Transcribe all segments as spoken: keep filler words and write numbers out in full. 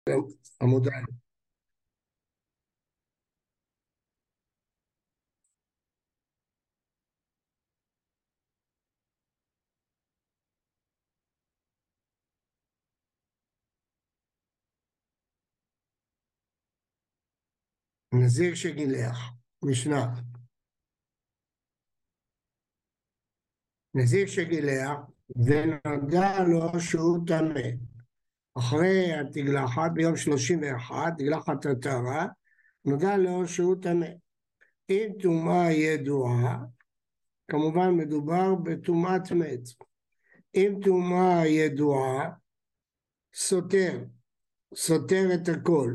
עמוד א'. נזיר שגילח, משנה. נזיר שגילח ונודע לו שהוא טמא. אחרי התגלחת, ביום שלושים ואחת, תגלחת הטהרה, נודע לו שהוא טמא. אם טומאה ידועה, כמובן מדובר בטומאת מת. אם טומאה ידועה, סותר, סותר את הכל.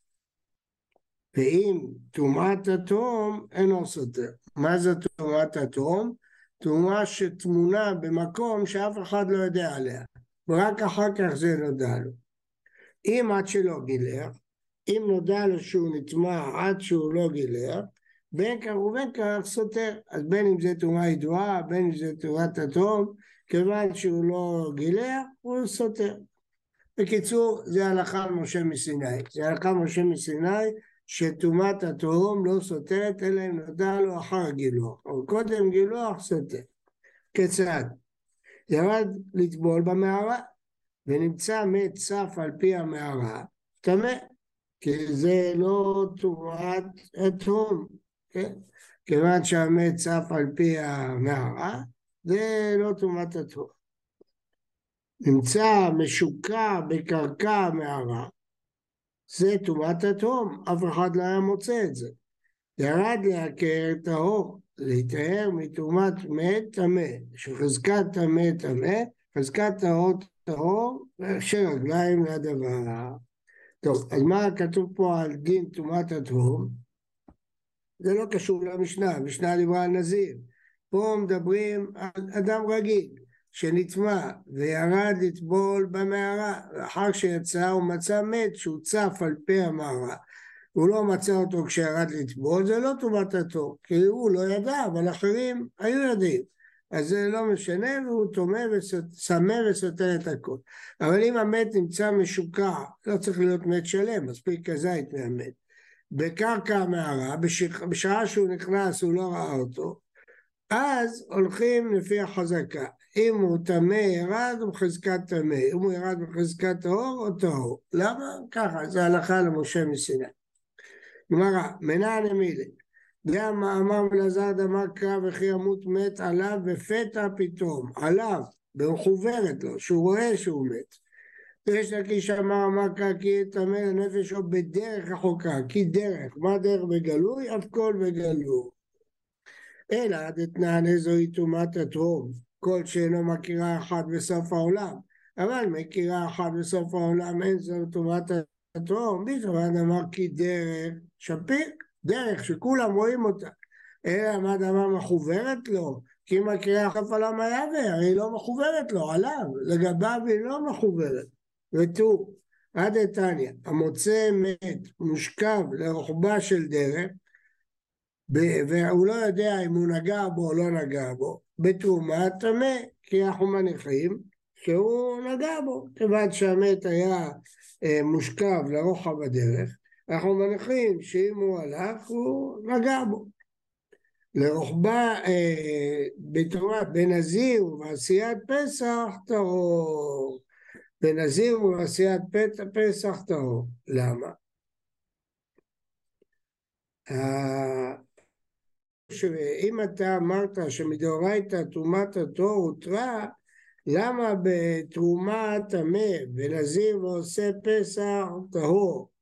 ואם טומאת התום, אינו סותר. מה זה טומאת התום? טומאה שטמונה במקום שאף אחד לא יודע עליה, ורק אחר כך זה נודע לו. אם עד שלא גילח, אם נודע לו שהוא נטמא עד שהוא לא גילח, בין כך ובין כך סותר. אז בין אם זה טומאה ידועה, בין אם זה טומאת התום, כיוון שהוא לא גילח, הוא סותר. בקיצור, זה הלכה משה מסיני. זה הלכה משה מסיני, שטומאת התום לא סותרת, אלא אם נודע לו אחר הגילוח, או קודם גילוח סותר. כיצד? ירד לטבול במערה, ונמצא מת צף על פי המערה, טמא, כי זה לא טומאת התום, כן? כיוון שהמת צף על פי המערה, זה לא טומאת התום. נמצא משוקע בקרקע המערה, זה טומאת התום, אף אחד לא היה מוצא את זה. ירד לעקר טהור, להתאר מטומאת מת טמא, שחזקת טמא טמא, חזקת טהור טהור, שרגליים לדבר. טוב, אז מה כתוב פה על דין טומאת התום? זה לא קשור למשנה, המשנה דיברה על נזיר. פה מדברים על אדם רגיל, שנטמא וירד לטבול במערה, ואחר שיצא הוא מצא מת שהוא צף על פי המערה. הוא לא מצא אותו כשירד לטבול, זה לא טומאת התום, כי הוא לא ידע, אבל אחרים היו יודעים. אז זה לא משנה, והוא טומא וצמא וסותר את הכל. אבל אם המת נמצא משוקע, לא צריך להיות מת שלם, מספיק כזית מהמת. בקרקע המערה, בשעה שהוא נכנס הוא לא ראה אותו, אז הולכים לפי החזקה. אם הוא טמא ירד, הוא בחזקת טמא. אם הוא ירד בחזקת טהור, או טהור. למה? ככה, זה הלכה למשה מסיני. גמרא, מנע נמילה. גם מאמר אלעזר דאמר קרא וכי ימות מת עליו בפתע פתאום. עליו, במחוברת לו, שהוא רואה שהוא מת. יש לקיש אמר אמר קרא כי טמא לנפש או בדרך רחוקה. כי דרך, מה דרך בגלוי? אף כל בגלוי. אלא דתנענה זוהי טומאת התום, כל שאינו מכירה אחת בסוף העולם, אבל מכירה אחת בסוף העולם אין זו טומאת התום, בכלל אמר כי דרך שפיר, דרך שכולם רואים אותה, אלא מה דבר מחוברת לו, כי אם מכירה אחת העולם היה והרי היא לא מחוברת לו, עליו, לגביו היא לא מחוברת, ותו, עד איתניה, המוצא מת מושכב לרוחבה של דרך, והוא לא יודע אם הוא נגע בו או לא נגע בו, בתרומה טמא, כי אנחנו מניחים שהוא נגע בו, כיוון שהמת היה אה, מושכב לרוחב הדרך, אנחנו מניחים שאם הוא הלך הוא נגע בו. לרוחבה אה, בתרומה, בנזיר ובעשיית פסח טהור, בנזיר ובעשיית פסח טהור. למה? אה, שאם אתה אמרת שמדאורייתא טומאת התור הותרה, למה בתרומה טמא ונזיר ועושה פסח טהור?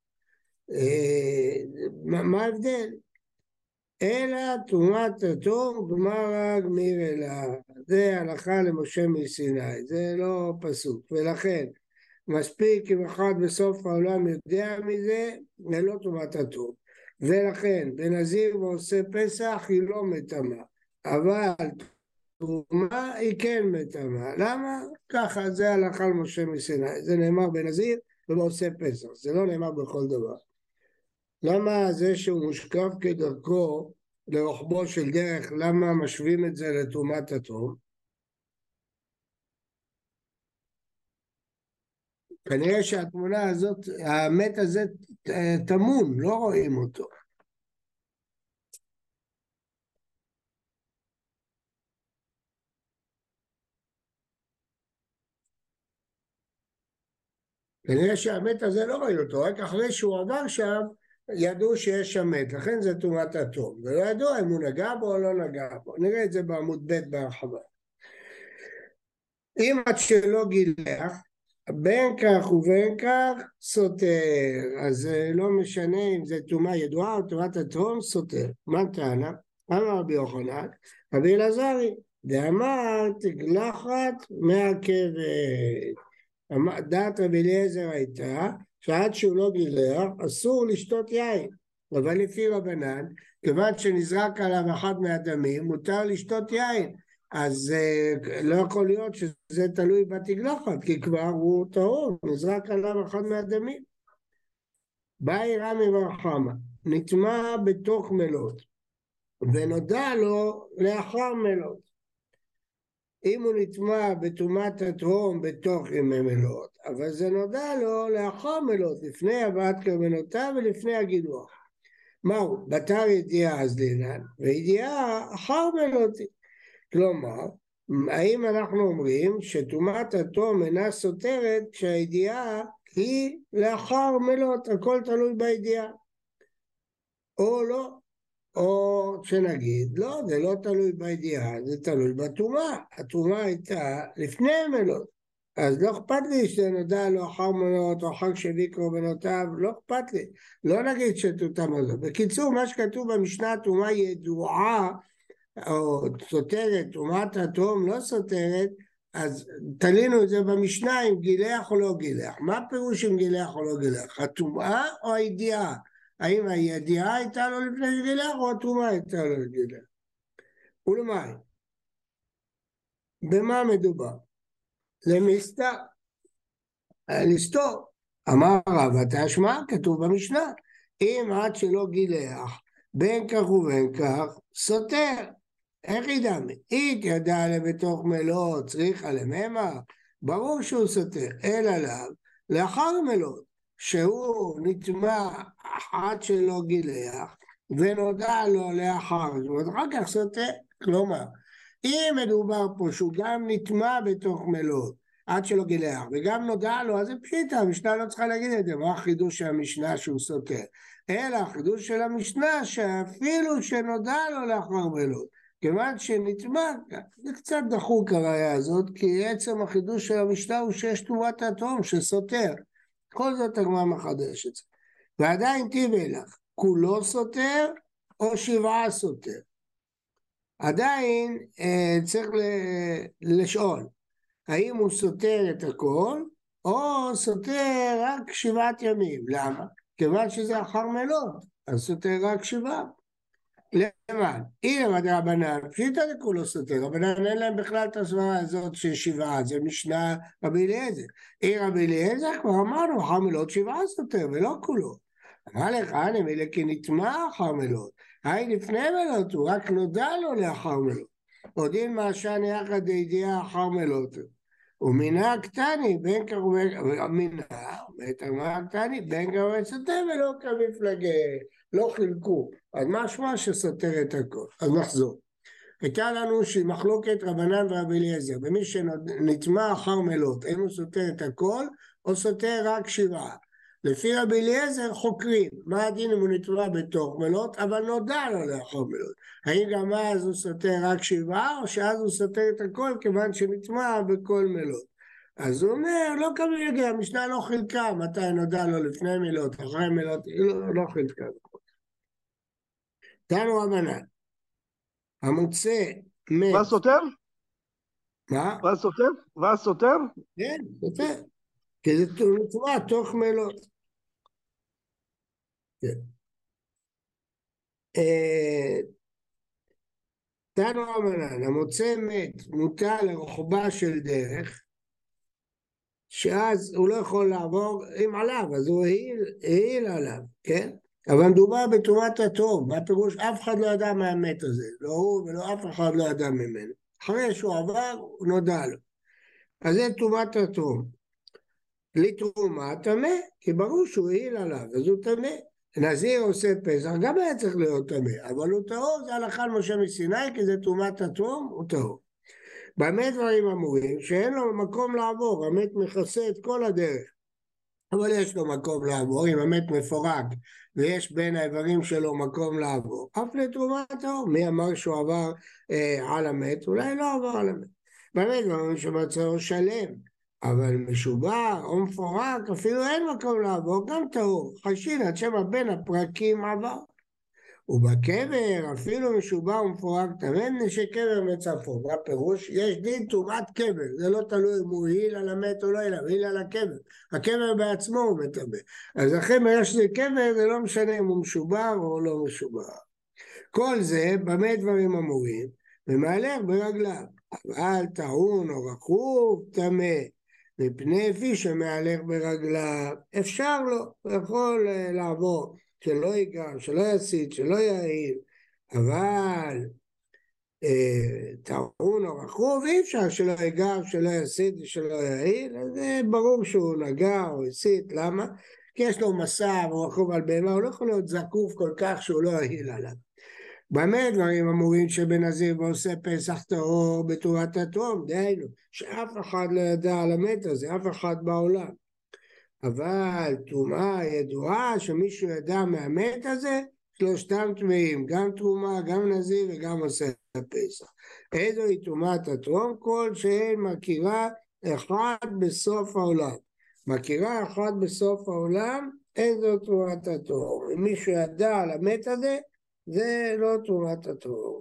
מה ההבדל? אלא טומאת התור גמרא גמיר אלא. זה הלכה למשה מסיני, זה לא פסוק, ולכן מספיק אם אחד בסוף העולם יודע מזה, זה לא טומאת התור. ולכן בנזיר ועושה פסח היא לא מטמאה, אבל תרומה היא כן מטמאה. למה? ככה, זה הלכה למשה מסיני, זה נאמר בנזיר ובעושה פסח, זה לא נאמר בכל דבר. למה זה שהוא מושקף כדרכו לרוחבו של דרך, למה משווים את זה לטומאת התום? כנראה שהתמונה הזאת, המת הזה תמון, לא רואים אותו. כנראה שהמת הזה לא רואים אותו, רק אחרי שהוא עבר שם, ידעו שיש שם מת, לכן זה טומאת התום. ולא ידעו אם הוא נגע בו או לא נגע בו. נראה את זה בעמוד ב' בהרחבה. אם עד שלא גילח, בין כך ובין כך סותר, אז לא משנה אם זה טומאה ידועה או טומאת התום, סותר. מה טענה? אמר רבי יוחנן, רבי אלעזרי, דאמר תגלחת מעכבת. דעת רבי אליעזר הייתה שעד שהוא לא גילח אסור לשתות יין, אבל לפי רבנן, כיוון שנזרק עליו אחד מהדמים, מותר לשתות יין. אז uh, לא יכול להיות שזה תלוי בתגלחת, כי כבר הוא טהור, נזרק עליו אחד מהדמים. באי רמי בר חמא, נטמע בתוך מלות, ונודע לו לאחר מלות. אם הוא נטמע בטומאת התהום בתוך ימי מלות, אבל זה נודע לו לאחר מלות, לפני הבאת קורבנותיו ולפני הגילוח. מהו? בתר ידיעה אז דינן, וידיעה אחר מלותי. כלומר, האם אנחנו אומרים שטומאת התום אינה סותרת כשהידיעה היא לאחר מלות, הכל תלוי בידיעה, או לא, או שנגיד, לא, זה לא תלוי בידיעה, זה תלוי בטומאה, הטומאה הייתה לפני מלות, אז לא אכפת לי שנודע לו אחר מלות או אחר שהביא קורבנותיו, לא אכפת לי, לא נגיד שטומאה מלות. בקיצור, מה שכתוב במשנה, טומאה ידועה, או סותרת, טומאת התום לא סותרת, אז תלינו את זה במשנה אם גילח או לא גילח. מה פירוש אם גילח או לא גילח? הטומאה או הידיעה? האם הידיעה הייתה לו לפני שגילח או הטומאה הייתה לו לגילח? ולמי? במה מדובר? למסתר, לסתור. אמר רב התשמע, כתוב במשנה, אם עד שלא גילח בין כך ובין כך סותר. איך ידעמי? אית ידע לבתוך מלות, צריכה לממה, ברור שהוא סותר, אלא לאו, לאחר מלות, שהוא נטמע עד שלא גילח, ונודע לו לאחר, ואחר כך סותר, כלומר, אם מדובר פה שהוא גם נטמע בתוך מלות, עד שלא גילח, וגם נודע לו, אז זה פשיטה, המשנה לא צריכה להגיד את זה, מה החידוש של המשנה שהוא סותר? אלא החידוש של המשנה שאפילו שנודע לו לאחר מלות, כיוון שנטמע, זה קצת דחוק הראיה הזאת, כי עצם החידוש של המשנה הוא שיש טומאת התום שסותר. כל זאת הגמרא מחדש את זה. ועדיין תיבא לך, כולו סותר או שבעה סותר. עדיין אה, צריך לשאול, האם הוא סותר את הכל, או סותר רק שבעת ימים. למה? כיוון שזה אחר מלות, אז סותר רק שבעה. למה? הנה מדרבנן, פשיטא לכולו סותר, רבנן אין להם בכלל את הסברה הזאת של שבעה, זה משנה רבי אליעזר. אם רבי אליעזר כבר אמרנו, אחר מלות שבעה סותר, ולא כולו. אמר לך, אני מילא כי נטמע אחר מלות, היי לפני מלות, הוא רק נודע לו לאחר מלות. עודין מעשן יחד הידיעה אחר מלות. ומינה הקטני, בין כך ובין, מינה, ומינה הקטני, בין כך ובין סותר ולא כמפלגה, לא חילקו. אז מה שמה שסותר את הכל? אז נחזור. הייתה לנו מחלוקת רבנן ורבי אליעזר, ומי שנטמע אחר מלות, האם הוא סותר את הכל, או סותר רק שבעה. לפי רבי אליעזר חוקרים, מה הדין אם הוא נטמע בתוך מלות, אבל נודע לו לאחר מלות. האם גם אז הוא סותר רק שבעה, או שאז הוא סותר את הכל, כיוון שנטמע בכל מלות. אז הוא אומר, לא כמובן, המשנה לא חילקה, מתי נודע לו לפני מלות, אחרי מלות, לא, לא חילקה. תנו רבנן, המוצא מת... מה סותר? מה? מה סותר? מה סותר? כן, סותר. כי זה נטמע תוך מלות. כן. תנו רבנן, המוצא מת מוטל לרוחבה של דרך, שאז הוא לא יכול לעבור עם עליו, אז הוא העיל, העיל עליו, כן? אבל מדובר בטומאת התום, מה פירוש? אף אחד לא ידע מה המת הזה, לא הוא ולא אף אחד לא ידע ממנו. אחרי שהוא עבר, הוא נודע לו. אז זה טומאת התום. בלי תרומה טמא, כי ברור שהוא העיל עליו, אז הוא טמא. נזיר עושה פסח, גם היה צריך להיות טמא, אבל הוא טהור, זה הלכה על משה מסיני, כי זה תרומת התום, הוא טהור. במה דברים אמורים? שאין לו מקום לעבור, המת מכסה את כל הדרך. אבל יש לו מקום לעבור, אם המת מפורק ויש בין האיברים שלו מקום לעבור, אף לתרומת טהור. מי אמר שהוא עבר אה, על המת? אולי לא עבר על המת. באמת דברים שבצעו שלם, אבל משובר או מפורק, אפילו אין מקום לעבור, גם טהור. חשין עד שמה בין הפרקים עבר. ובקבר אפילו משובר ומפורק טמא, מפני שקבר מצפו. מה פירוש? יש דין טומאת קבר, זה לא תלוי אם הוא העיל על המת או לא העיל, העיל על הקבר. הקבר בעצמו הוא מטמא. אז לכן ברגע שזה קבר, זה לא משנה אם הוא משובר או לא משובר. כל זה במה דברים אמורים, ומהלך ברגליו. אבל טעון או רכוב טמא, מפני פי שמהלך ברגליו, אפשר לו, הוא יכול לעבור. שלא ייגע, שלא יסית, שלא יעיל, אבל אה, טעון או רכוב, אי אפשר שלא ייגע, שלא יסית ושלא יעיל, אז זה ברור שהוא נגע או יסית, למה? כי יש לו מסע והוא רכוב על בהמה, הוא לא יכול להיות זקוף כל כך שהוא לא יעיל עליו. במה דברים אמורים שבנזיר ועושה פסח טהור בתרומת התום, דהיינו, שאף אחד לא ידע על המת הזה, אף אחד בעולם. אבל תרומה ידועה שמישהו ידע מהמת הזה, שלושתם טמאים, גם תרומה, גם נזיר וגם עושה הפסח. איזו היא תרומת התום? כל שאין מכירה אחד בסוף העולם. מכירה אחד בסוף העולם, איזו תרומת התום. אם מישהו ידע על המת הזה, זה לא תרומת התום.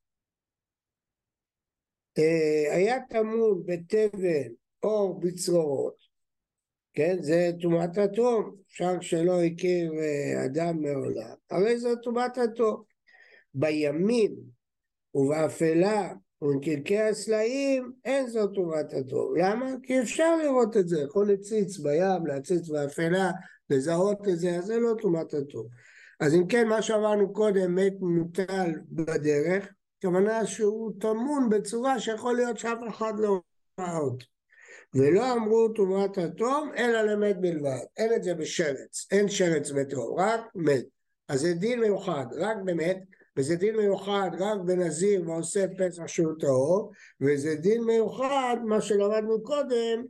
היה טמון בתבן או בצרורות, כן, זה תרומת התום, אפשר שלא הכיר אדם מעולם, הרי זו תרומת התום. בימים ובאפלה ובקלקי הסלעים אין זו תרומת התום. למה? כי אפשר לראות את זה, יכול להציץ בים, להציץ באפלה, לזהות את זה, אז זה לא תרומת התום. אז אם כן, מה שאמרנו קודם, מת מוטל בדרך, כוונה שהוא טמון בצורה שיכול להיות שאף אחד לא ראה אותו. ולא אמרו תרומת התום, אלא למת בלבד. אין את זה בשרץ, אין שרץ בתום, רק מת. אז זה דין מיוחד, רק במת, וזה דין מיוחד רק בנזיר ועושה פסח שהוא טהור, וזה דין מיוחד, מה שלמדנו קודם,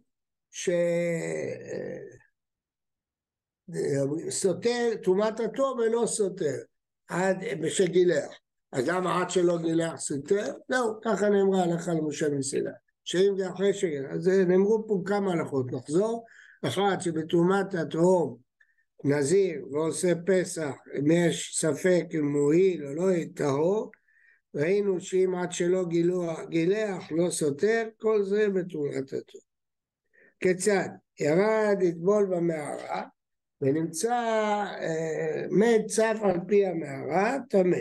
שסותר, תרומת התום אינו סותר, עד שגילח. אז למה עד שלא גילח סותר? לא, ככה נאמרה הלכה למשה מסיני. שאם זה אחרי שגר, אז נאמרו פה כמה הלכות, נחזור, אחת שבתרומת התהום נזיר ועושה פסח, אם יש ספק אם הוא הועיל או לא טהור, ראינו שאם עד שלא גילוח, גילח לא סותר, כל זה בתרומת התהום. כיצד? ירד לטבול במערה, ונמצא אה, מת צף על פי המערה, טמא.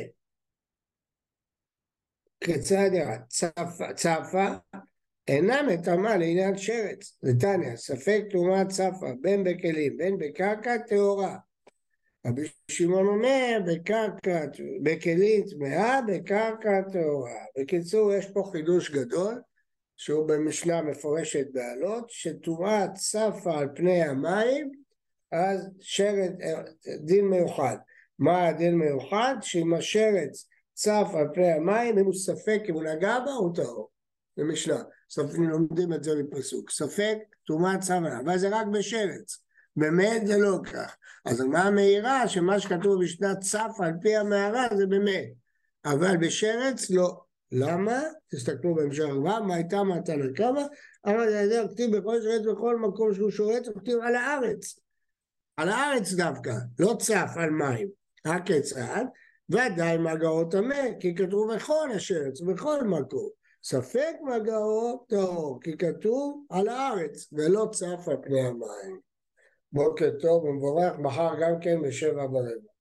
כיצד ירד? צפה, צפה, אינה מטמאה לעניין שרץ. נתניה, ספק תרומת צפה, בין בכלים, בין בקרקע טהורה. רבי שמעון אומר, בקרקע, בכלים טמאה, בקרקע טהורה. בקיצור, יש פה חידוש גדול, שהוא במשנה מפורשת בעלות, שתרומת צפה על פני המים, אז שרץ, דין מיוחד. מה הדין מיוחד? שאם השרץ צף על פני המים, אם הוא ספק, אם הוא נגע בה, הוא טהור. זה משנה. ספקים לומדים את זה בפסוק. ספק, תרומת צפה, אבל זה רק בשרץ. באמת זה לא כך. אז מה המהירה? שמה שכתוב בשנה צף על פי המערה זה באמת. אבל בשרץ לא. למה? תסתכלו בהמשך הרב, מה הייתה מתנה כמה? אבל זה יודע, כתיב בכל שרץ בכל מקום שהוא שורץ, כתיב על הארץ. על הארץ דווקא, לא צף על מים. הכיצד? ודאי מגעו טמא, כי כתוב בכל השרץ, בכל מקום. ספק מגעו טהור, כי כתוב על הארץ, ולא צף על פני המים. בוקר טוב ומבורך, מחר גם כן בשבע ברבע.